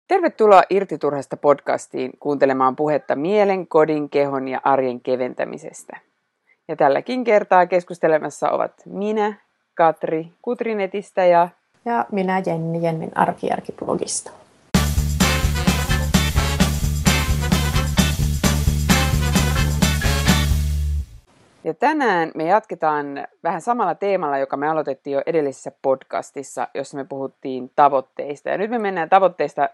Tervetuloa Irti Turhasta podcastiin kuuntelemaan puhetta mielen, kodin, kehon ja arjen keventämisestä. Ja tälläkin kertaa keskustelemassa ovat minä, Katri Kutrinetistä ja minä Jenni Jennin Arkijärki-blogista. Ja tänään me jatketaan vähän samalla teemalla, joka me aloitettiin jo edellisessä podcastissa, jossa me puhuttiin tavoitteista. Ja nyt me mennään tavoitteista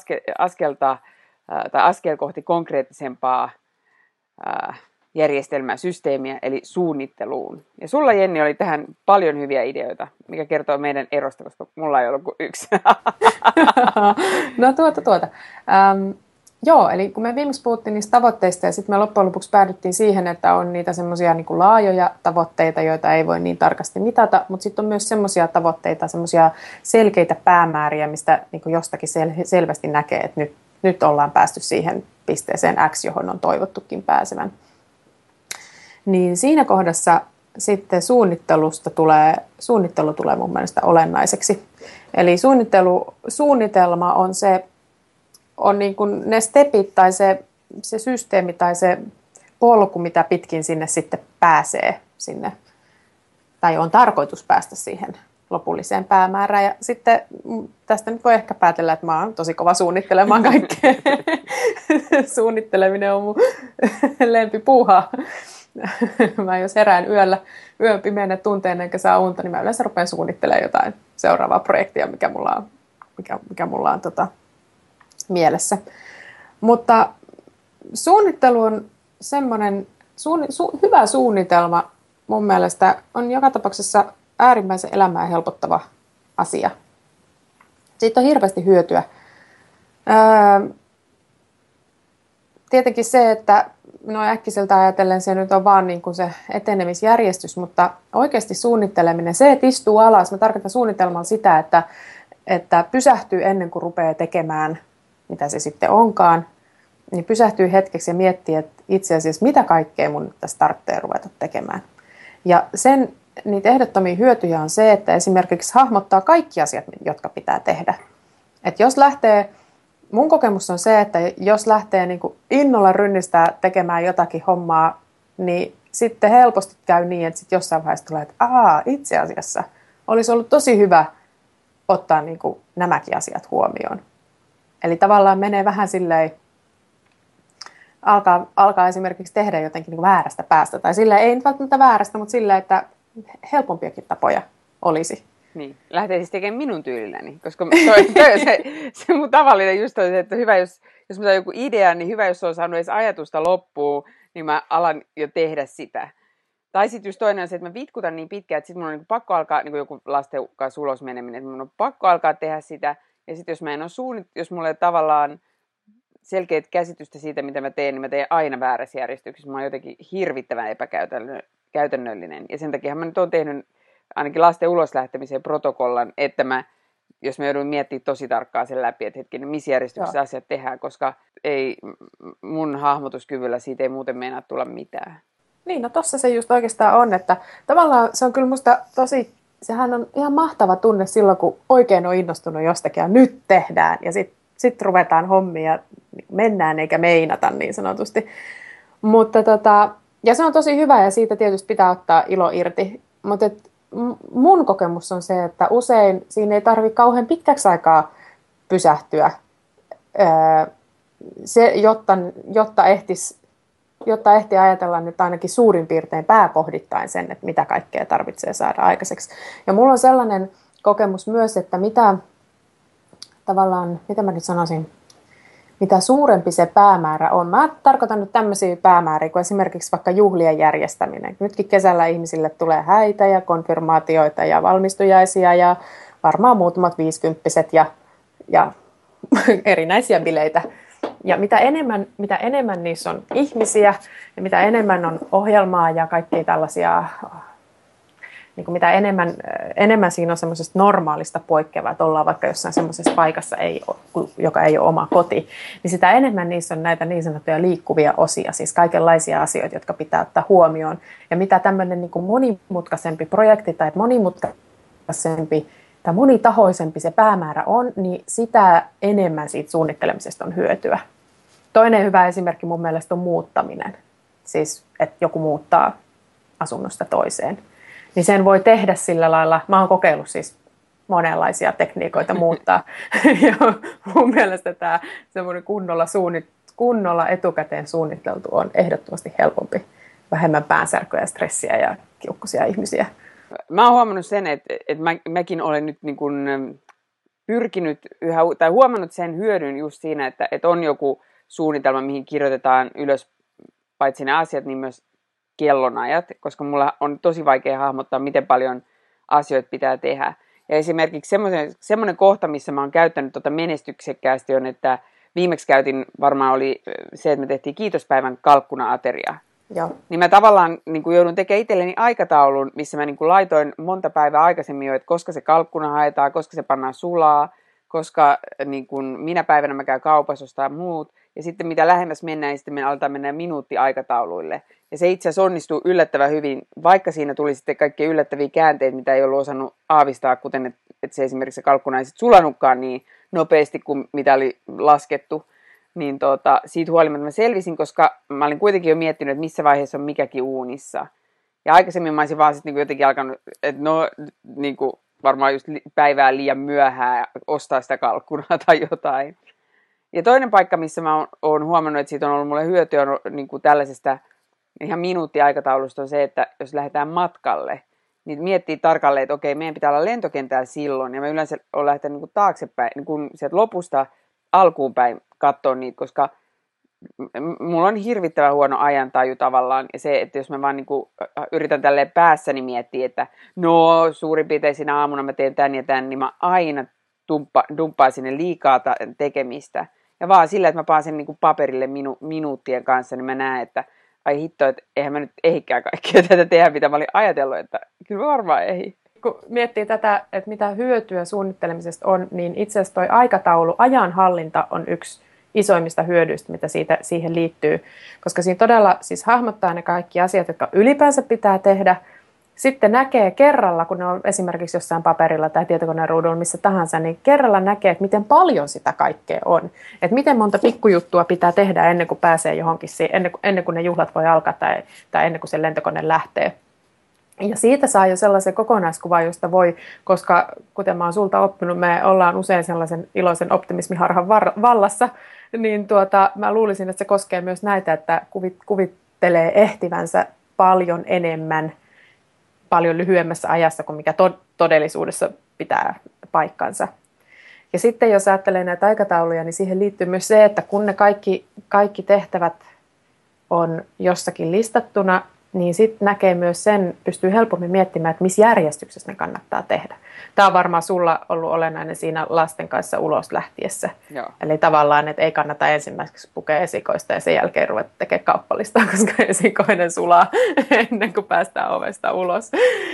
askel kohti konkreettisempaa järjestelmää, systeemiä, eli suunnitteluun. Ja sulla, Jenni, oli tähän paljon hyviä ideoita, mikä kertoo meidän erosta, koska mulla ei ollut kuin yksi. No Joo, eli kun me viimeksi puhuttiin niistä tavoitteista ja sitten me loppujen lopuksi päädyttiin siihen, että on niitä semmoisia niin kuin laajoja tavoitteita, joita ei voi niin tarkasti mitata, mutta sitten on myös semmoisia tavoitteita, semmoisia selkeitä päämääriä, mistä niin kuin jostakin selvästi näkee, että nyt ollaan päästy siihen pisteeseen X, johon on toivottukin pääsevän. Niin siinä kohdassa sitten suunnittelu tulee mun mielestä olennaiseksi. Eli suunnitelma on niin kuin ne stepit tai se systeemi tai se polku, mitä pitkin sinne sitten pääsee sinne, tai on tarkoitus päästä siihen lopulliseen päämäärään. Ja sitten tästä nyt voi ehkä päätellä, että mä oon tosi kova suunnittelemaan kaikkea. Suunnitteleminen on mun lempipuuhaa. Mä jos herään yön pimeänä tunteen enkä saa unta, niin mä yleensä rupean suunnittelemaan jotain seuraavaa projektia, mikä mulla on mielessä. Mutta suunnittelu on semmoinen, hyvä suunnitelma mun mielestä on joka tapauksessa äärimmäisen elämää helpottava asia. Siitä on hirveästi hyötyä. Tietenkin se, että äkkiseltä ajatellen se nyt on vaan niin kuin se etenemisjärjestys, mutta oikeasti suunnitteleminen, se, että istuu alas, mä tarkoitan suunnitelmalla sitä, että pysähtyy ennen kuin rupeaa tekemään mitä se sitten onkaan, niin pysähtyy hetkeksi ja miettii, että itse asiassa mitä kaikkea mun tässä tarvitsee ruveta tekemään. Ja niitä ehdottomia hyötyjä on se, että esimerkiksi hahmottaa kaikki asiat, jotka pitää tehdä. Että mun kokemus on se, että jos lähtee niin kuin innolla rynnistää tekemään jotakin hommaa, niin sitten helposti käy niin, että sitten jossain vaiheessa tulee, että itse asiassa olisi ollut tosi hyvä ottaa niin kuin nämäkin asiat huomioon. Eli tavallaan menee vähän silleen, alkaa esimerkiksi tehdä jotenkin niin kuin väärästä päästä. Tai silleen, ei nyt välttämättä väärästä, mutta silleen, että helpompiakin tapoja olisi. Niin, lähtee siis tekemään minun tyylilläni. Koska se mun tavallinen just on, että hyvä, jos minulla on joku idea, niin hyvä, jos on saanut edes ajatusta loppuun, niin mä alan jo tehdä sitä. Tai sitten just toinen on se, että mä vitkutan niin pitkään, että sitten mun on niin pakko alkaa, niin kuin joku lasten kanssa ulos meneminen, että mun on pakko alkaa tehdä sitä. Ja sitten jos mulla ei tavallaan selkeät käsitystä siitä, mitä mä teen, niin mä teen aina väärässä järjestyksessä. Mä oon jotenkin hirvittävän epäkäytännöllinen. Ja sen takia mä nyt oon tehnyt ainakin lasten uloslähtemiseen protokollan, että jos mä joudun miettimään tosi tarkkaan sen läpi, että hetkinen, missä järjestyksessä asiat tehdään, koska mun hahmotuskyvyllä siitä ei muuten meinaa tulla mitään. Niin, no tossa se just oikeastaan on, että tavallaan se on kyllä musta sehän on ihan mahtava tunne silloin, kun oikein on innostunut jostakin ja nyt tehdään ja sitten ruvetaan hommia ja mennään eikä meinata niin sanotusti. Mutta ja se on tosi hyvä ja siitä tietysti pitää ottaa ilo irti. Mutta mun kokemus on se, että usein siinä ei tarvitse kauhean pitkäksi aikaa pysähtyä, jotta ehtii ajatella nyt ainakin suurin piirtein pääkohdittain sen, että mitä kaikkea tarvitsee saada aikaiseksi. Ja mulla on sellainen kokemus myös, että mitä mä nyt sanoisin, mitä suurempi se päämäärä on. Mä tarkoitan nyt tämmöisiä päämääriä kuin esimerkiksi vaikka juhlien järjestäminen. Nytkin kesällä ihmisille tulee häitä ja konfirmaatioita ja valmistujaisia ja varmaan muutamat 50-vuotiaat ja erinäisiä bileitä. Ja mitä enemmän niissä on ihmisiä ja mitä enemmän on ohjelmaa ja kaikkia tällaisia, niin kuin mitä enemmän siinä on semmoisesta normaalista poikkeavaa, että ollaan vaikka jossain semmoisessa paikassa, joka ei ole oma koti, niin sitä enemmän niissä on näitä niin sanottuja liikkuvia osia, siis kaikenlaisia asioita, jotka pitää ottaa huomioon. Ja mitä tämmöinen niin kuin monimutkaisempi projekti tai monimutkaisempi monitahoisempi se päämäärä on, niin sitä enemmän siitä suunnittelemisesta on hyötyä. Toinen hyvä esimerkki mun mielestä on muuttaminen. Siis, että joku muuttaa asunnosta toiseen. Niin sen voi tehdä sillä lailla, mä oon kokeillut siis monenlaisia tekniikoita muuttaa. Ja mun mielestä tämä semmoinen kunnolla etukäteen suunniteltu on ehdottomasti helpompi. Vähemmän päänsärkyä ja stressiä ja kiukkuisia ihmisiä. Mä oon huomannut sen, että mäkin olen nyt niin kuin pyrkinyt tai huomannut sen hyödyn just siinä, että on joku suunnitelma, mihin kirjoitetaan ylös paitsi ne asiat, niin myös kellonajat, koska mulla on tosi vaikea hahmottaa, miten paljon asioita pitää tehdä. Ja esimerkiksi semmoinen kohta, missä mä oon käyttänyt menestyksekkäästi on, että viimeksi varmaan oli se, että me tehtiin kiitospäivän kalkkuna-ateria. Joo. Niin mä tavallaan niin kuin joudun tekemään itselleni aikataulun, missä mä niin kuin laitoin monta päivää aikaisemmin jo, että koska se kalkkuna haetaan, koska se pannaan sulaa, koska niin kuin minä päivänä mä käyn kaupassa ostaa muut. Ja sitten mitä lähemmäs mennään, niin sitten me aletaan mennä minuuttiaikatauluille. Ja se itse asiassa onnistuu yllättävän hyvin, vaikka siinä tuli sitten kaikkia yllättäviä käänteitä, mitä ei ollut osannut aavistaa, kuten että se esimerkiksi se kalkkuna ei sitten sulanutkaan niin nopeasti kuin mitä oli laskettu. Niin siitä huolimatta mä selvisin, koska mä olin kuitenkin jo miettinyt, että missä vaiheessa on mikäkin uunissa. Ja aikaisemmin mä olisin vaan sitten niin jotenkin alkanut, että niin kuin varmaan just päivää liian myöhään ostaa sitä kalkkunaa tai jotain. Ja toinen paikka, missä mä oon huomannut, että siitä on ollut mulle hyötyä on niin kuin tällaisesta ihan minuuttiaikataulusta on se, että jos lähdetään matkalle, niin miettii tarkalleen, että okei, meidän pitää olla lentokentällä silloin. Ja mä yleensä olen lähtenyt niin kuin taaksepäin, niin kuin sieltä lopusta alkuun päin katsoa niitä, koska mulla on hirvittävän huono ajantaju tavallaan. Ja se, että jos mä vaan niin kuin yritän tälleen päässäni miettiä, että no suurin piirtein siinä aamuna mä teen tän ja tän, niin mä aina dumppaan sinne liikaa tekemistä. Ja vaan sillä, että mä pääsen niin kuin paperille minuuttien kanssa, niin mä näen, että ai hitto, että eihän mä nyt ehikään kaikkea tätä tehdä, mitä mä olin ajatellut, että kyllä mä varmaan ehi. Kun miettii tätä, että mitä hyötyä suunnittelemisesta on, niin itse asiassa toi aikataulu, ajanhallinta on yksi isoimmista hyödyistä, mitä siihen liittyy. Koska siinä todella siis hahmottaa ne kaikki asiat, jotka ylipäänsä pitää tehdä. Sitten näkee kerralla, kun ne on esimerkiksi jossain paperilla tai tietokoneen ruudulla, missä tahansa, niin kerralla näkee, että miten paljon sitä kaikkea on. Että miten monta pikkujuttua pitää tehdä ennen kuin pääsee johonkin, ennen kuin ne juhlat voi alkaa tai ennen kuin se lentokone lähtee. Ja siitä saa jo sellaisen kokonaiskuvan, josta voi, koska kuten mä oon sulta oppinut, me ollaan usein sellaisen iloisen optimismiharhan vallassa, niin mä luulisin, että se koskee myös näitä, että kuvittelee ehtivänsä paljon enemmän, paljon lyhyemmässä ajassa kuin mikä todellisuudessa pitää paikkansa. Ja sitten jos ajattelee näitä aikatauluja, niin siihen liittyy myös se, että kun ne kaikki tehtävät on jossakin listattuna, niin sitten näkee myös sen, pystyy helpommin miettimään, että missä järjestyksessä ne kannattaa tehdä. Tämä on varmaan sulla ollut olennainen siinä lasten kanssa ulos lähtiessä. Joo. Eli tavallaan, että ei kannata ensimmäiseksi pukea esikoista ja sen jälkeen ruveta tekemään kauppalistaa, koska esikoinen sulaa ennen kuin päästään ovesta ulos.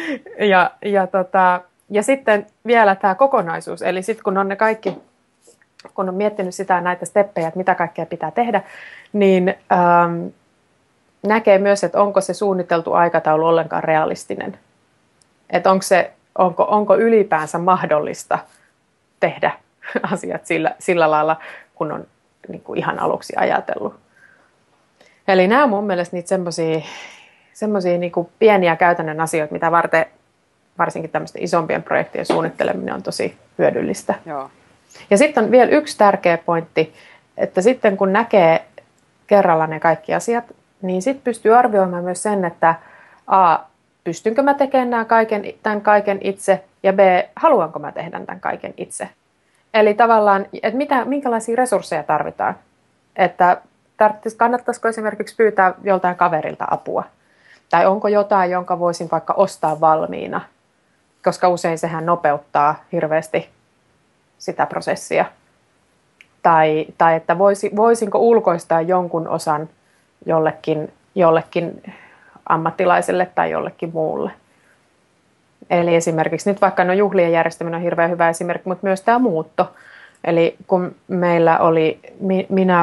Ja sitten vielä tämä kokonaisuus, eli sitten kun on ne kaikki, kun on miettinyt sitä näitä steppejä, että mitä kaikkea pitää tehdä, niin näkee myös, että onko se suunniteltu aikataulu ollenkaan realistinen. Että onko ylipäänsä mahdollista tehdä asiat sillä lailla, kun on niin kuin ihan aluksi ajatellut. Eli nämä on mun mielestä niitä semmoisia niin kuin pieniä käytännön asioita, mitä varten varsinkin tämmöisten isompien projektien suunnitteleminen on tosi hyödyllistä. Joo. Ja sitten on vielä yksi tärkeä pointti, että sitten kun näkee kerralla ne kaikki asiat, niin sitten pystyy arvioimaan myös sen, että pystynkö mä tekemään tämän kaiken itse, ja B, haluanko mä tehdä tämän kaiken itse. Eli tavallaan, että minkälaisia resursseja tarvitaan. Että kannattaisiko esimerkiksi pyytää joltain kaverilta apua. Tai onko jotain, jonka voisin vaikka ostaa valmiina, koska usein sehän nopeuttaa hirveästi sitä prosessia. Tai että voisinko ulkoistaa jonkun osan jollekin ammattilaiselle tai jollekin muulle. Eli esimerkiksi nyt vaikka juhlien järjestäminen on hirveän hyvä esimerkki, mutta myös tämä muutto. Eli kun meillä oli, minä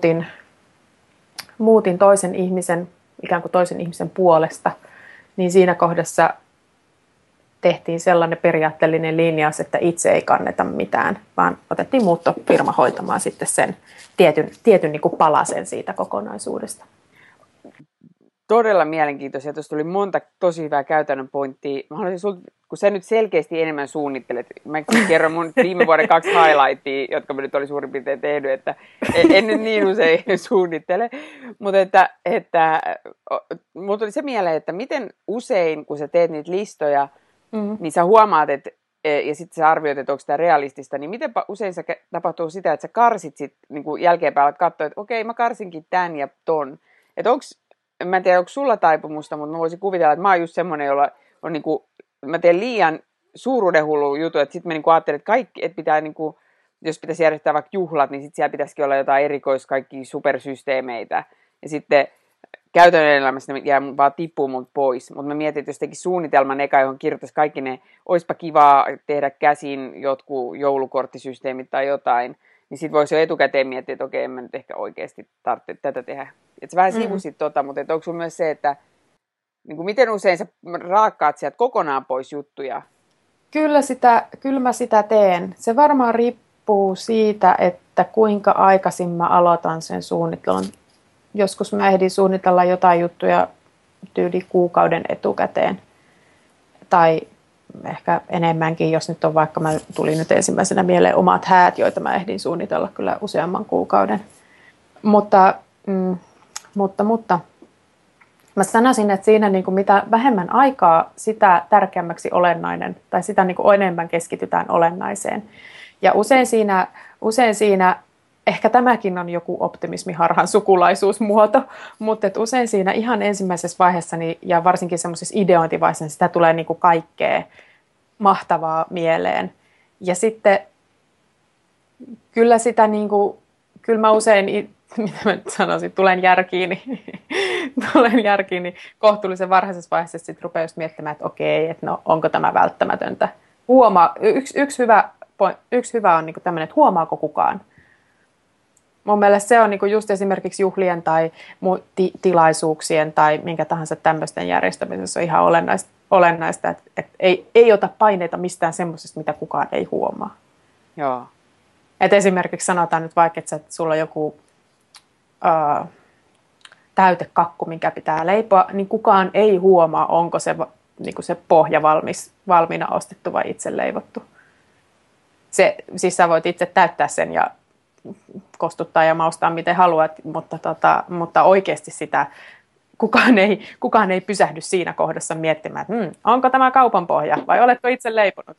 muutin toisen ihmisen, ikään kuin toisen ihmisen puolesta, niin siinä kohdassa tehtiin sellainen periaatteellinen linjaus, että itse ei kanneta mitään, vaan otettiin muuttofirma hoitamaan sitten sen tietyn niin kuin palasen siitä kokonaisuudesta. Todella mielenkiintoisia. Tuossa tuli monta tosi hyvää käytännön pointtia. Mä haluaisin sulta, kun sä nyt selkeästi enemmän suunnittelet, mä kerron mun viime vuoden 2 highlightia, jotka mä nyt olin suurin piirtein tehnyt, että en nyt niin usein suunnittele, mutta että mulla tuli se mieleen, että miten usein, kun sä teet niitä listoja, niin sä huomaat, että ja sitten sä arvioit, että onko tämä realistista, niin miten usein se tapahtuu sitä, että sä karsit sit, niin kuin jälkeenpäin, että katsoa, että okei, mä karsinkin tän ja ton. Että mä en tiedä, onko sulla taipumusta, mutta mä voisin kuvitella, että mä oon just semmoinen, jolla on niin kuin, mä teen liian suuruudenhullu juttu, että sitten mä niin kuin ajattelen, että kaikki, että pitää niin kuin, jos pitäisi järjestää vaikka juhlat, niin sitten siellä pitäisikin olla jotain kaikkia supersysteemeitä. Ja sitten käytännön elämässä ne jää vaan tippuu mut pois. Mutta mä mietin, että jos teki suunnitelman eka, johon kirjoittaisi kaikki ne, oispa kivaa tehdä käsin jotkut joulukorttisysteemit tai jotain, niin sitten voisi jo etukäteen miettiä, että okei, en mä nyt ehkä oikeasti tarvitse tätä tehdä. Että sä vähän sivusit mutta onko sulla myös se, että niin kuin miten usein sä raakkaat sieltä kokonaan pois juttuja? Kyllä mä sitä teen. Se varmaan riippuu siitä, että kuinka aikaisin mä aloitan sen suunnittelun. Joskus mä ehdin suunnitella jotain juttuja tyyli kuukauden etukäteen. Tai ehkä enemmänkin, jos nyt on vaikka, tuli nyt ensimmäisenä mieleen omat häät, joita mä ehdin suunnitella kyllä useamman kuukauden. Mutta mä sanoisin, että siinä niin kuin mitä vähemmän aikaa, sitä tärkeämmäksi olennainen, tai sitä niin kuin enemmän keskitytään olennaiseen. Ja usein siinä ehkä tämäkin on joku optimismiharhan sukulaisuusmuoto, mutta usein siinä ihan ensimmäisessä vaiheessa, ja varsinkin semmoisessa ideointivaiheessa, sitä tulee niin kuin kaikkea mahtavaa mieleen. Ja sitten kyllä sitä niin kuin, kyllä mä usein, mitä mä nyt sanoisin, tulen järkiin, niin kohtuullisen varhaisessa vaiheessa sitten rupeaa just miettimään, että okei, että no onko tämä välttämätöntä. Yksi hyvä on niin kuin tämmöinen, että huomaako kukaan. Mun mielestä se on niin kuin just esimerkiksi juhlien tai tilaisuuksien tai minkä tahansa tämmöisten järjestämisessä on ihan olennaista, että ei ota paineita mistään semmoisesta, mitä kukaan ei huomaa. Joo. Et esimerkiksi sanotaan nyt vaikka, että sulla on joku täytekakku, minkä pitää leipoa, niin kukaan ei huomaa, onko se, niin kuin se pohja valmiina ostettu vai itse leivottu. Siis sä voit itse täyttää sen ja kostuttaa ja maustaa miten haluat, mutta oikeasti sitä kukaan ei pysähdy siinä kohdassa miettimään, että onko tämä kaupan pohja vai oletko itse leiponut.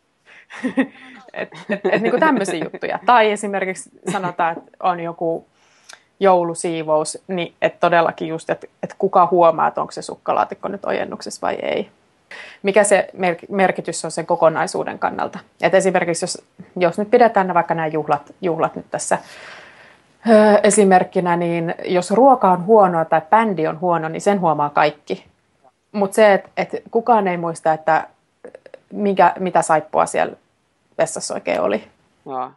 Niin kuin tämmöisiä juttuja. Tai esimerkiksi sanotaan, että on joku joulusiivous, niin että todellakin just, että kuka huomaa, että onko se sukkalaatikko nyt ojennuksessa vai ei. Mikä se merkitys on sen kokonaisuuden kannalta. Et esimerkiksi jos nyt pidetään vaikka nämä juhlat nyt tässä esimerkkinä, niin jos ruoka on huonoa tai bändi on huono, niin sen huomaa kaikki. Mutta se, että kukaan ei muista, että mitä saippua siellä vessassa oikein oli. No.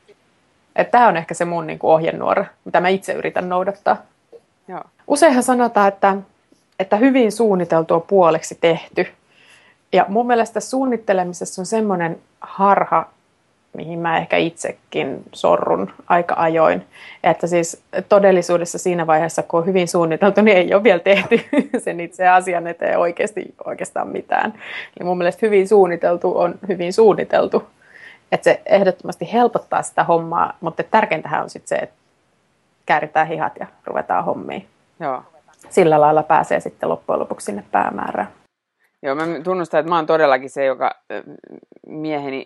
Tämä on ehkä se mun niin kuin ohjenuora, mitä mä itse yritän noudattaa. Joo. Useinhan sanotaan, että hyvin suunniteltu on puoleksi tehty. Ja mun mielestä suunnittelemisessa on semmoinen harha, mihin mä ehkä itsekin sorrun aika ajoin. Että siis todellisuudessa siinä vaiheessa, kun on hyvin suunniteltu, niin ei ole vielä tehty sen itse asian eteen oikeastaan mitään. Eli mun mielestä hyvin suunniteltu on hyvin suunniteltu. Että se ehdottomasti helpottaa sitä hommaa, mutta tärkeintähän on sitten se, että kääritään hihat ja ruvetaan hommiin. Joo. Sillä lailla pääsee sitten loppujen lopuksi sinne päämäärään. Joo, mä tunnustan, että mä oon todellakin se, joka mieheni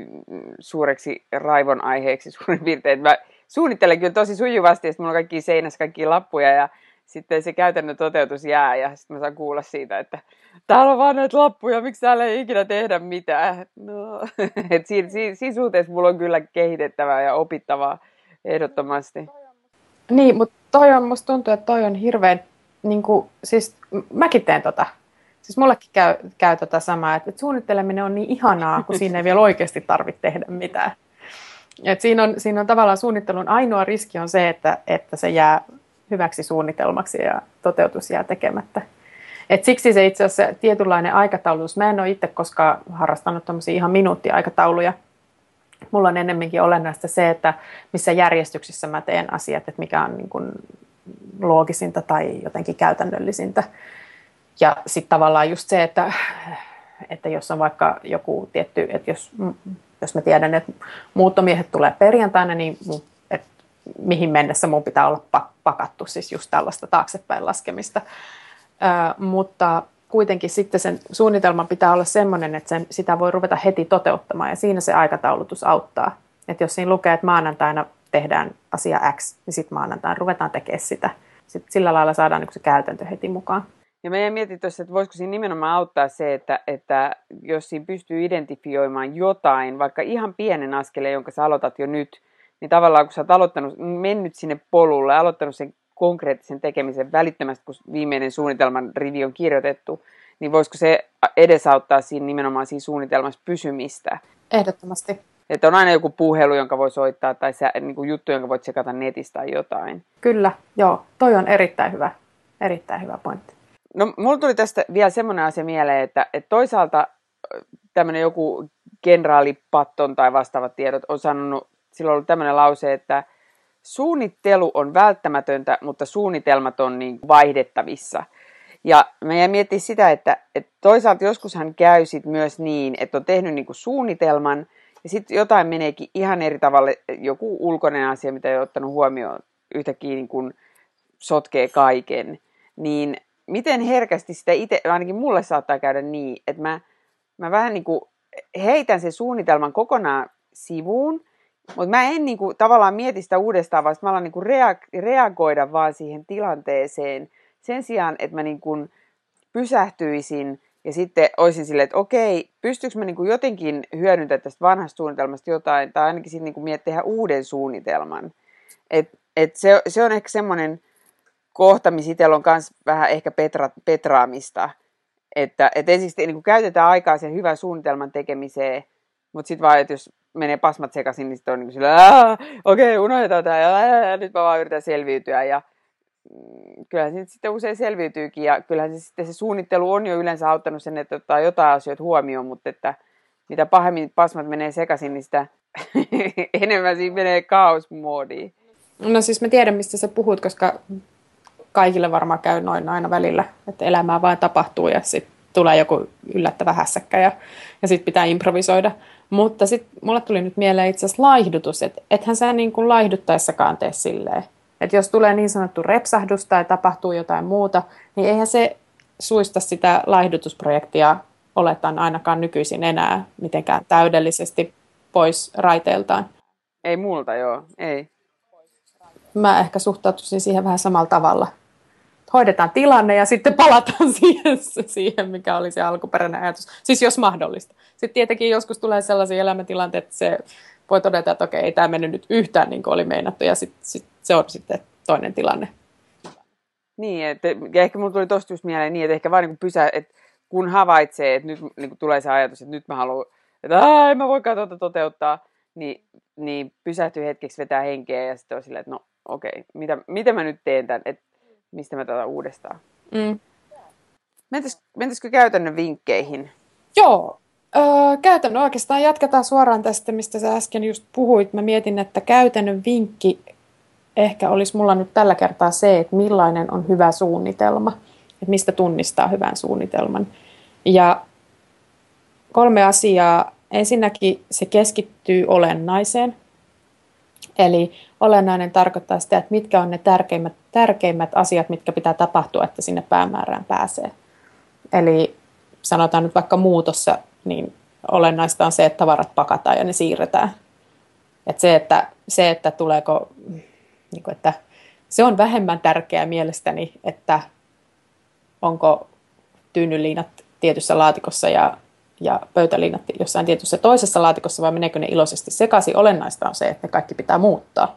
suureksi raivon aiheeksi suurin piirtein. Mä suunnittelen kyllä tosi sujuvasti, ja sitten mulla on kaikkia seinässä kaikkia lappuja, ja sitten se käytännön toteutus jää, ja sitten mä saan kuulla siitä, että täällä on vaan näitä lappuja, miksi täällä ei ikinä tehdä mitään. No. Et siinä suhteessa mulla on kyllä kehitettävää ja opittavaa ehdottomasti. Niin, mutta musta tuntuu, että toi on hirveän, niin kuin, siis mäkin teen tota. Siis mullekin käy tota samaa, että suunnitteleminen on niin ihanaa, kun siinä ei vielä oikeasti tarvitse tehdä mitään. Et siinä on tavallaan suunnittelun ainoa riski on se, että se jää hyväksi suunnitelmaksi ja toteutus jää tekemättä. Et siksi se itse asiassa tietynlainen aikataulutus. Mä en ole itse koskaan harrastanut tämmöisiä ihan minuuttiaikatauluja. Mulla on enemmänkin olennaista se, että missä järjestyksessä mä teen asiat, että mikä on niin kuin loogisinta tai jotenkin käytännöllisintä. Ja sitten tavallaan just se, että jos on vaikka joku tietty, että jos mä tiedän, että muuttomiehet tulee perjantaina, niin mihin mennessä mun pitää olla pakattu, siis just tällaista taaksepäin laskemista. Mutta kuitenkin sitten sen suunnitelman pitää olla semmoinen, että sitä voi ruveta heti toteuttamaan ja siinä se aikataulutus auttaa. Että jos siinä lukee, että maanantaina tehdään asia X, niin sitten maanantaina ruvetaan tekemään sitä. Sitten sillä lailla saadaan niin se käytäntö heti mukaan. Ja meidän mietin tuossa, että voisiko siinä nimenomaan auttaa se, että jos siinä pystyy identifioimaan jotain, vaikka ihan pienen askeleen, jonka sä aloitat jo nyt, niin tavallaan kun sä oot mennyt sinne polulle, aloittanut sen konkreettisen tekemisen välittömästi, kun viimeinen suunnitelman rivi on kirjoitettu, niin voisiko se edesauttaa siinä nimenomaan siinä suunnitelmassa pysymistä? Ehdottomasti. Että on aina joku puhelu, jonka voi soittaa, tai niin kuin juttu, jonka voit tsekata netistä tai jotain. Kyllä, joo. Toi on erittäin hyvä pointti. No, mulla tuli tästä vielä semmoinen asia mieleen, että toisaalta tämmöinen joku kenraali Patton tai vastaavat tiedot on sanonut, sillä on ollut tämmöinen lause, että suunnittelu on välttämätöntä, mutta suunnitelmat on niin vaihdettavissa. Ja mä jäin miettimään sitä, että toisaalta joskushan käy sit myös niin, että on tehnyt niin kuin suunnitelman, ja sitten jotain meneekin ihan eri tavalla, joku ulkoinen asia, mitä ei ole ottanut huomioon, yhtäkkiä niin kuin sotkee kaiken. Niin miten herkästi sitä itse, ainakin mulle saattaa käydä niin, että mä vähän niin kuin heitän sen suunnitelman kokonaan sivuun, mutta mä en niin kuin tavallaan mieti sitä uudestaan, vaan mä alan niin kuin reagoida vaan siihen tilanteeseen sen sijaan, että mä niin kuin pysähtyisin ja sitten olisin silleen, että okei, pystyykö mä niin kuin jotenkin hyödyntämään tästä vanhasta suunnitelmasta jotain, tai ainakin sitten niin kuin tehdä uuden suunnitelman. Se on ehkä semmoinen kohta, missä itsellä on myös vähän ehkä petraamista, että ensiksi niin kuin käytetään aikaa sen hyvän suunnitelman tekemiseen, mutta sitten vaan, että jos menee pasmat sekaisin, niin sitten on niin kuin sillä, okei, unohdetaan tämä, ja nyt mä vaan yritän selviytyä, ja kyllähän se sitten usein selviytyykin, ja kyllähän se suunnittelu on jo yleensä auttanut sen, että ottaa jotain asioita huomioon, mutta että mitä pahemmin pasmat menee sekaisin, niin sitä enemmän siinä menee kaosmoodiin. No siis mä tiedän, mistä sä puhut, koska kaikille varmaan käy noin aina välillä, että elämää vain tapahtuu ja sitten tulee joku yllättävä hässäkkä ja sitten pitää improvisoida. Mutta sitten mulle tuli nyt mieleen itse asiassa laihdutus, että ethän sä niin kuin laihduttaessakaan tee silleen. Että jos tulee niin sanottu repsahdus tai tapahtuu jotain muuta, niin eihän se suista sitä laihdutusprojektia oletaan ainakaan nykyisin enää mitenkään täydellisesti pois raiteiltaan. Ei multa, joo, ei. Mä ehkä suhtautuisin siihen vähän samalla tavalla. Hoidetaan tilanne ja sitten palataan siihen, mikä oli se alkuperäinen ajatus. Siis jos mahdollista. Sitten tietenkin joskus tulee sellaisia elämäntilanteita, että se voi todeta, että okei, ei tämä mennyt nyt yhtään niin kuin oli meinattu. Ja sitten se on sitten toinen tilanne. Niin, ja ehkä mulla tuli tosta just mieleen niin, että ehkä vaan niin että kun havaitsee, että nyt niin tulee se ajatus, että nyt mä haluan, että en mä voikaan toteuttaa, niin pysähtyy hetkeksi, vetää henkeä ja sitten on silleen, että no okei, mitä mä nyt teen tämän, että mistä mä tätä uudestaan. Mentäisikö käytännön vinkkeihin? Joo, käytännön oikeastaan jatketaan suoraan tästä, mistä sä äsken just puhuit. Mä mietin, että käytännön vinkki ehkä olisi mulla nyt tällä kertaa se, että millainen on hyvä suunnitelma, että mistä tunnistaa hyvän suunnitelman. Ja 3 asiaa. Ensinnäkin se keskittyy olennaiseen. Eli olennainen tarkoittaa sitä, että mitkä on ne tärkeimmät asiat, mitkä pitää tapahtua, että sinne päämäärään pääsee. Eli sanotaan nyt vaikka muutossa, niin olennaista on se, että tavarat pakataan ja ne siirretään. Että se, että tuleeko, niin kuin, että se on vähemmän tärkeää mielestäni, että onko tyynyliinat tietyssä laatikossa ja pöytäliinat jossain tietyssä toisessa laatikossa, vai meneekö ne iloisesti sekaisin. Olennaista on se, että ne kaikki pitää muuttaa.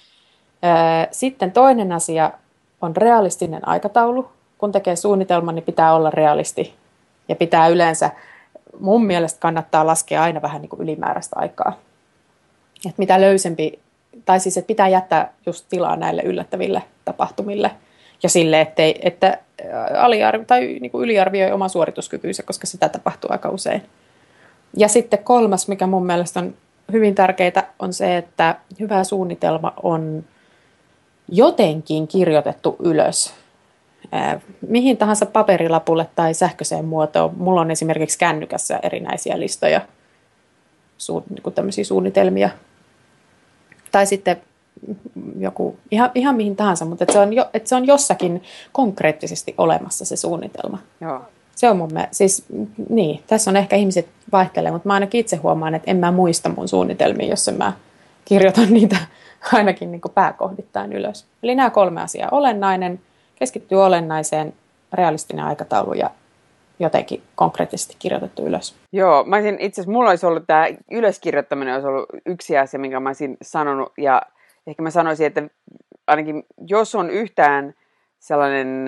Sitten toinen asia on realistinen aikataulu. Kun tekee suunnitelman, niin pitää olla realisti. Ja pitää yleensä, mun mielestä kannattaa laskea aina vähän niin kuin ylimääräistä aikaa. Että mitä löysempi, tai siis että pitää jättää just tilaa näille yllättäville tapahtumille. ja sille, että tai niin kuin yliarvioi oma suorituskykynsä, koska sitä tapahtuu aika usein. Ja sitten kolmas, mikä mun mielestä on hyvin tärkeää, on se, että hyvä suunnitelma on jotenkin kirjoitettu ylös. Mihin tahansa paperilapulle tai sähköiseen muotoon. Mulla on esimerkiksi kännykässä erinäisiä listoja, niin tämmöisiä suunnitelmia. Tai sitten joku, ihan mihin tahansa, mutta että se on jossakin konkreettisesti olemassa se suunnitelma. Joo. Se on mun mielestä, siis niin, tässä on ehkä ihmiset vaihtelee, mutta mä ainakin itse huomaan, että en mä muista mun suunnitelmia, jos en mä kirjoitan niitä ainakin niin kuin pääkohdittain ylös. Eli nämä 3 asiaa. Olennainen, keskittyy olennaiseen, realistinen aikataulu ja jotenkin konkreettisesti kirjoitettu ylös. Joo, itse asiassa mulla olisi ollut tämä ylöskirjoittaminen olisi ollut yksi asia, minkä mä olisin sanonut. Ja ehkä mä sanoisin, että ainakin jos on yhtään sellainen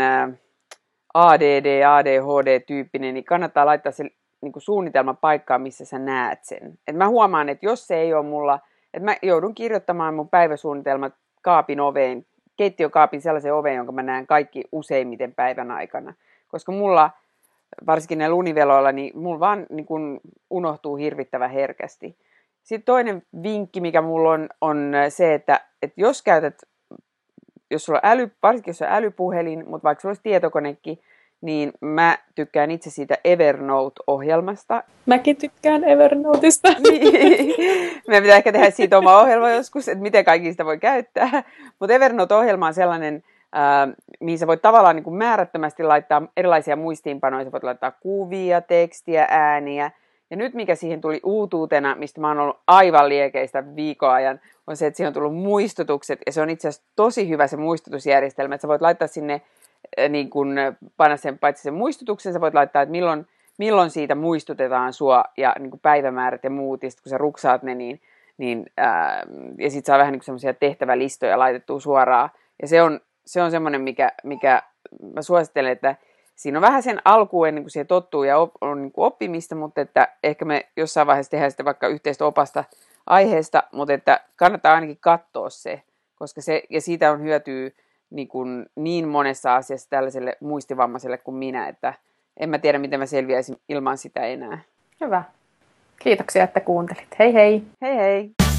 ADD, ADHD-tyyppinen, niin kannattaa laittaa se niin kuin suunnitelma paikkaan, missä sä näet sen. Et mä huomaan, että jos se ei ole mulla, että mä joudun kirjoittamaan mun päiväsuunnitelmat kaapin oveen, keittiökaapin sellaisen oveen, jonka mä näen kaikki useimmiten päivän aikana. Koska mulla, varsinkin näillä univeloilla, niin mulla vaan niin kun unohtuu hirvittävän herkästi. Sitten toinen vinkki, mikä mulla on se, että jos käytät, jos sulla on varsinkin jos on älypuhelin, mutta vaikka sulla olisi tietokonekin, niin mä tykkään itse siitä Evernote-ohjelmasta. Mäkin tykkään Evernotesta. Meidän pitää ehkä tehdä siitä oma ohjelma joskus, että miten kaikki sitä voi käyttää. Mutta Evernote-ohjelma on sellainen, mihin sä voit tavallaan niin kuin määrättömästi laittaa erilaisia muistiinpanoja. Sä voit laittaa kuvia, tekstiä, ääniä. Ja nyt mikä siihen tuli uutuutena, mistä mä oon ollut aivan liekeistä viikon ajan, on se, että siihen on tullut muistutukset. Ja se on itse asiassa tosi hyvä se muistutusjärjestelmä, että sä voit laittaa sinne, niin kun panna sen, paitsi sen muistutuksen, sä voit laittaa, että milloin siitä muistutetaan sua ja niin kuin päivämäärät ja muut. Ja sitten kun sä ruksaat ne, ja sit saa vähän niin kuin semmoisia tehtävälistoja laitettua suoraan. Ja se on semmoinen, mikä mä suosittelen, että siinä on vähän sen alkuun ennen kuin siihen tottuu ja on niin kuin oppimista, mutta että ehkä me jossain vaiheessa tehdään sitten vaikka yhteistä opasta aiheesta, mutta että kannattaa ainakin katsoa se, koska siitä on hyötyä niin monessa asiassa tällaiselle muistivammaiselle kuin minä, että en mä tiedä, miten mä selviäisin ilman sitä enää. Hyvä. Kiitoksia, että kuuntelit. Hei hei! Hei hei!